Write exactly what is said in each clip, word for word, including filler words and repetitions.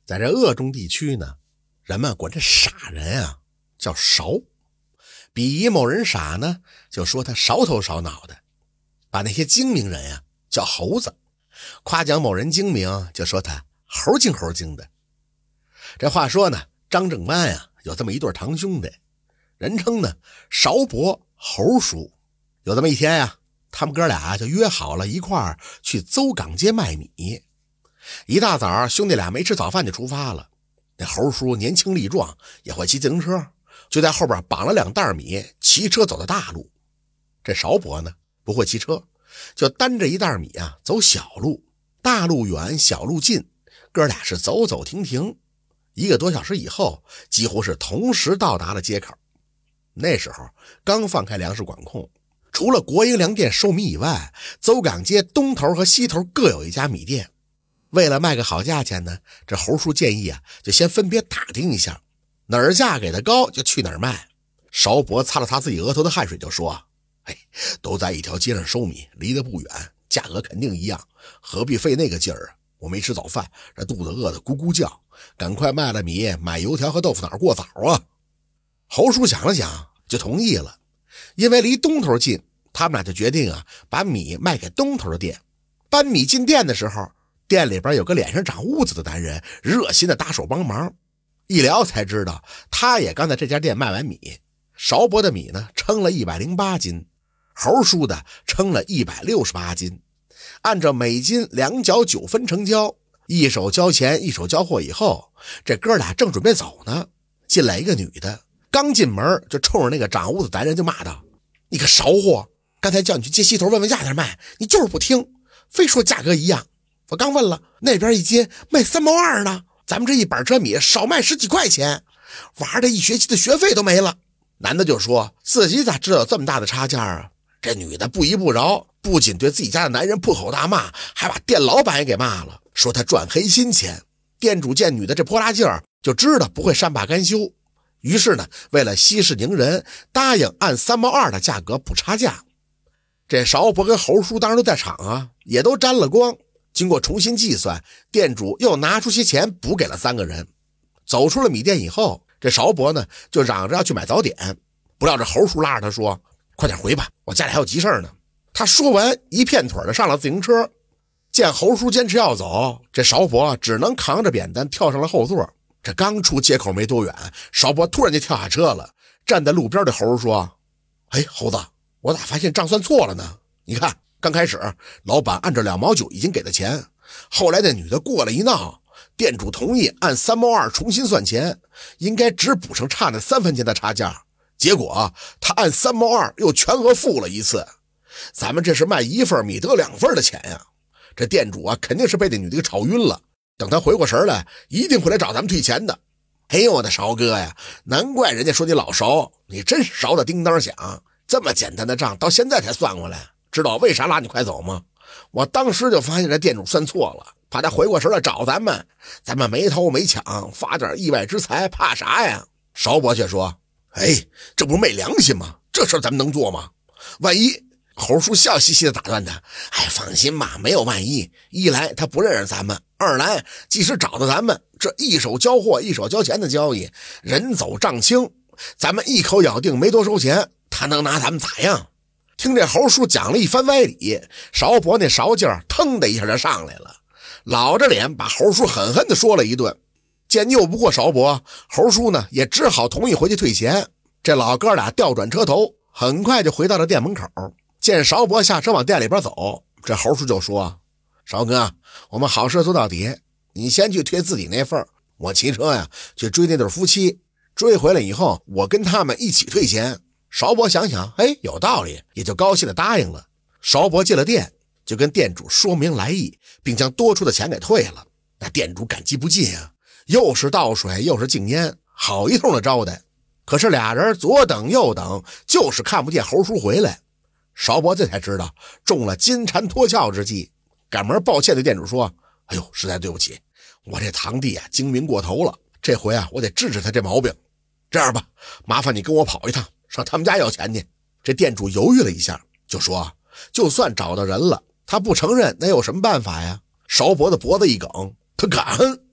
在这鄂中地区呢，人们管这傻人啊叫勺，比喻某人傻呢，就说他少头少脑的；把那些精明人啊叫猴子，夸奖某人精明，就说他猴精猴精的。这话说呢，张正班啊有这么一对堂兄弟，人称呢勺伯猴叔。有这么一天呀、啊，他们哥俩就约好了一块儿去邹港街卖米。一大早，兄弟俩没吃早饭就出发了。那猴叔年轻力壮，也会骑自行车，就在后边绑了两袋米，骑车走的大路。这勺伯呢不会骑车，就担着一袋米啊走小路。大路远，小路近，哥俩是走走停停。一个多小时以后，几乎是同时到达了街口。那时候刚放开粮食管控，除了国营粮店收米以外，邹港街东头和西头各有一家米店。为了卖个好价钱呢，这猴叔建议啊，就先分别打听一下，哪儿价给的高就去哪儿卖。勺伯擦了擦自己额头的汗水就说：哎，都在一条街上收米，离得不远，价格肯定一样，何必费那个劲儿啊？我没吃早饭，这肚子饿得咕咕叫，赶快卖了米，买油条和豆腐脑过早啊。猴叔想了想就同意了，因为离东头近，他们俩就决定啊，把米卖给东头的店。搬米进店的时候，店里边有个脸上长痦子的男人热心的搭手帮忙，一聊才知道他也刚在这家店卖完米。勺伯的米呢称了一百零八斤，猴叔的称了一百六十八斤，按照每斤两角九分成交，一手交钱一手交货。以后这哥俩正准备走呢，进来一个女的，刚进门就冲着那个长痦子男人就骂道：你个勺货，刚才叫你去街西头问问价钱卖，你就是不听，非说价格一样。我刚问了，那边一斤卖三毛二呢，咱们这一板车米少卖十几块钱，娃的一学期的学费都没了。男的就说自己咋知道这么大的差价啊？这女的不依不饶，不仅对自己家的男人破口大骂，还把店老板也给骂了，说他赚黑心钱。店主见女的这泼辣劲儿，就知道不会善罢甘休，于是呢，为了息事宁人，答应按三毛二的价格补差价。这勺伯跟猴叔当然都在场啊，也都沾了光。经过重新计算，店主又拿出些钱补给了三个人。走出了米店以后，这勺伯呢就嚷着要去买早点，不料这猴叔拉着他说：快点回吧，我家里还有急事呢。他说完一片腿的上了自行车。见猴叔坚持要走，这勺伯只能扛着扁担跳上了后座。这刚出街口没多远，勺伯突然就跳下车了，站在路边的猴叔说：哎，猴子，我咋发现账算错了呢？你看刚开始老板按照两毛九已经给的钱，后来那女的过来一闹，店主同意按三毛二重新算钱，应该只补上差那三分钱的差价，结果他按三毛二又全额付了一次。咱们这是卖一份米得两份的钱呀，这店主啊肯定是被那女的给吵晕了，等他回过神来一定会来找咱们退钱的。哎呦我的勺哥呀，难怪人家说你老勺，你真是勺的叮当响，这么简单的账到现在才算过来。知道为啥拉你快走吗？我当时就发现这店主算错了，怕他回过神来找咱们，咱们没偷没抢，发点意外之财怕啥呀？勺伯却说：哎，这不是昧良心吗？这事咱们能做吗？万一……猴叔笑嘻嘻的打断他：哎，放心吧，没有万一。一来他不认识咱们，二来即使找到咱们，这一手交货一手交钱的交易，人走账清，咱们一口咬定没多收钱，他能拿咱们咋样？听这猴叔讲了一番歪理，勺伯那勺劲儿腾的一下就上来了，老着脸把猴叔狠狠地说了一顿。见拗不过勺伯，猴叔呢也只好同意回去退钱。这老哥俩调转车头，很快就回到了店门口。见勺伯下车往店里边走，这猴叔就说：勺哥，我们好事做到底，你先去退自己那份，我骑车呀去追那对夫妻，追回来以后我跟他们一起退钱。勺伯想想，哎，有道理，也就高兴的答应了。勺伯进了店，就跟店主说明来意，并将多出的钱给退了。那店主感激不尽啊，又是倒水又是敬烟，好一通的招待。可是俩人左等右等，就是看不见猴叔回来。勺伯这才知道中了金蝉脱壳之计，赶忙抱歉对店主说：哎呦，实在对不起，我这堂弟啊精明过头了，这回啊我得治治他这毛病。这样吧，麻烦你跟我跑一趟，上他们家要钱去。这店主犹豫了一下，就说：就算找到人了，他不承认，那有什么办法呀？勺伯的脖子一梗，他敢！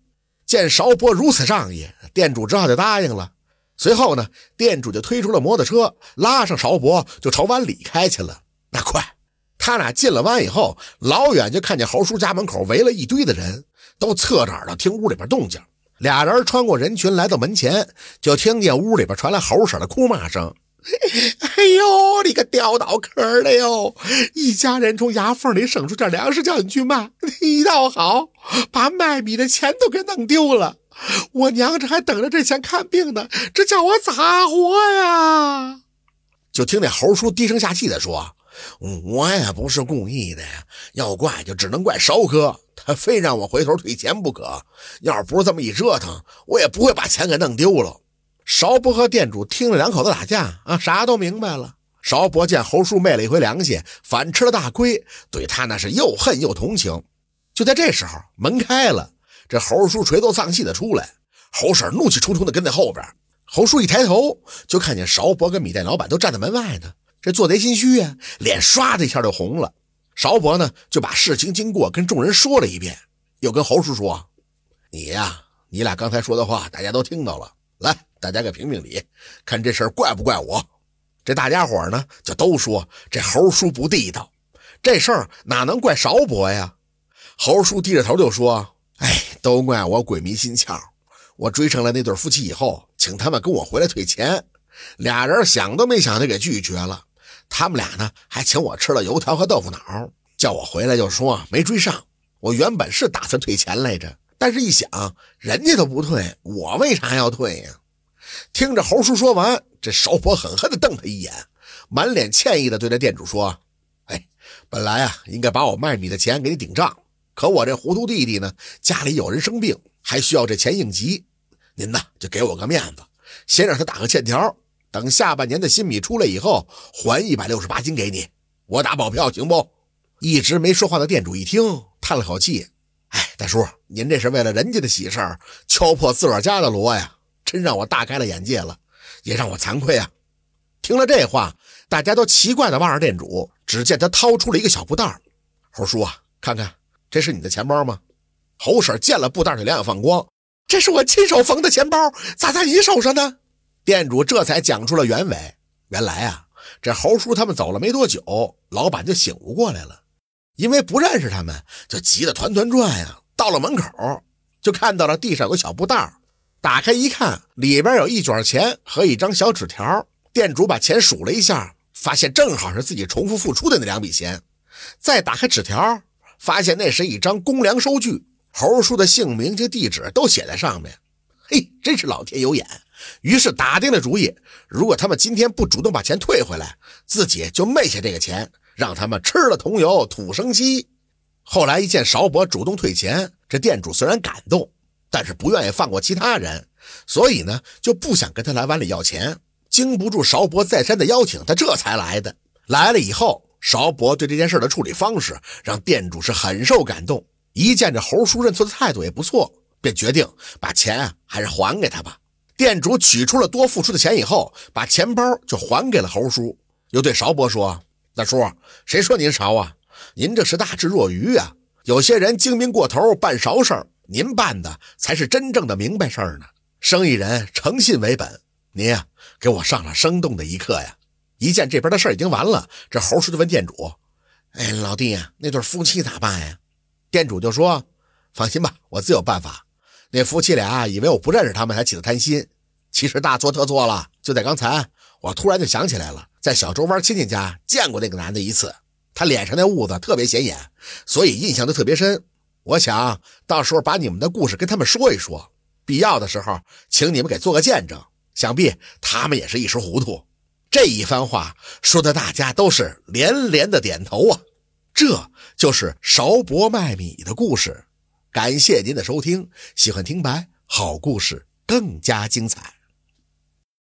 见邵伯如此仗义，店主只好就答应了。随后呢，店主就推出了摩托车，拉上邵伯就朝湾里开去了。那快，他俩进了湾以后，老远就看见侯叔家门口围了一堆的人，都侧着耳朵听屋里边动静。俩人穿过人群来到门前，就听见屋里边传来侯婶的哭骂声。哎呦，你个掉脑壳的哟！一家人从牙缝里省出点粮食叫你去卖，你倒好，把卖米的钱都给弄丢了。我娘这还等着这钱看病呢，这叫我咋活呀？就听见侯叔低声下气地说，我也不是故意的呀，要怪就只能怪邵哥，他非让我回头退钱不可。要是不是这么一折腾，我也不会把钱给弄丢了。邵伯和店主听了两口子打架啊，啥都明白了。邵伯见侯叔昧了一回良心，反吃了大亏，对他那是又恨又同情。就在这时候，门开了，这侯叔垂头丧气的出来，侯婶怒气冲冲的跟在后边。侯叔一抬头，就看见邵伯跟米店老板都站在门外呢，这做贼心虚呀、啊，脸刷的一下就红了。邵伯呢，就把事情经过跟众人说了一遍，又跟侯叔说：“你呀，你俩刚才说的话，大家都听到了。来，大家给评评理，看这事儿怪不怪我？”这大家伙呢，就都说这侯叔不地道，这事儿哪能怪邵伯呀？侯叔低着头就说：“哎，都怪我鬼迷心窍。我追上了那对夫妻以后，请他们跟我回来退钱，俩人想都没想就给拒绝了。他们俩呢，还请我吃了油条和豆腐脑，叫我回来就说没追上。我原本是打算退钱来着，但是一想，人家都不退，我为啥要退呀？”听着侯叔说完，这邵伯狠狠地瞪他一眼，满脸歉意地对着店主说：“哎，本来啊，应该把我卖米的钱给你顶账，可我这糊涂弟弟呢，家里有人生病，还需要这钱应急。您呢，就给我个面子，先让他打个欠条，等下半年的新米出来以后，还一百六十八斤给你，我打保票，行不？”一直没说话的店主一听，叹了口气：“哎，大叔，您这是为了人家的喜事儿，敲破自个儿家的锣呀，真让我大开了眼界了，也让我惭愧啊。”听了这话，大家都奇怪地望着店主，只见他掏出了一个小布袋。侯叔啊，看看，这是你的钱包吗？侯婶见了布袋就两眼放光：“这是我亲手缝的钱包，咋在你手上呢？”店主这才讲出了原委。原来啊，这侯叔他们走了没多久，老板就醒悟过来了，因为不认识他们，就急得团团转呀。到了门口，就看到了地上有个小布袋，打开一看，里边有一卷钱和一张小纸条。店主把钱数了一下，发现正好是自己重复付出的那两笔钱。再打开纸条，发现那是一张公粮收据，侯叔的姓名及地址都写在上面。嘿，真是老天有眼。于是打定了主意，如果他们今天不主动把钱退回来，自己就昧下这个钱，让他们吃了桐油吐生息。后来一见邵伯主动退钱，这店主虽然感动，但是不愿意放过其他人，所以呢，就不想跟他来湾里要钱。经不住邵伯再三的邀请，他这才来的。来了以后，邵伯对这件事的处理方式让店主是很受感动，一见这侯叔认错的态度也不错，便决定把钱啊还是还给他吧。店主取出了多付出的钱以后，把钱包就还给了侯叔，又对邵伯说：“大叔，谁说您勺啊？您这是大智若愚啊！有些人精明过头办勺事儿，您办的才是真正的明白事儿呢。生意人诚信为本，您呀、啊、给我上了生动的一课呀！”一见这边的事儿已经完了，这侯叔就问店主：“哎，老弟呀，那对夫妻咋办呀？”店主就说：“放心吧，我自有办法。那夫妻俩以为我不认识他们才起的贪心，其实大错特错了。就在刚才，我突然就想起来了，在小周湾亲戚家见过那个男的一次，他脸上那痦子特别显眼，所以印象都特别深。我想到时候把你们的故事跟他们说一说，必要的时候请你们给做个见证，想必他们也是一时糊涂。”这一番话说的大家都是连连的点头啊！这就是邵伯卖米的故事。感谢您的收听，喜欢听白，好故事更加精彩。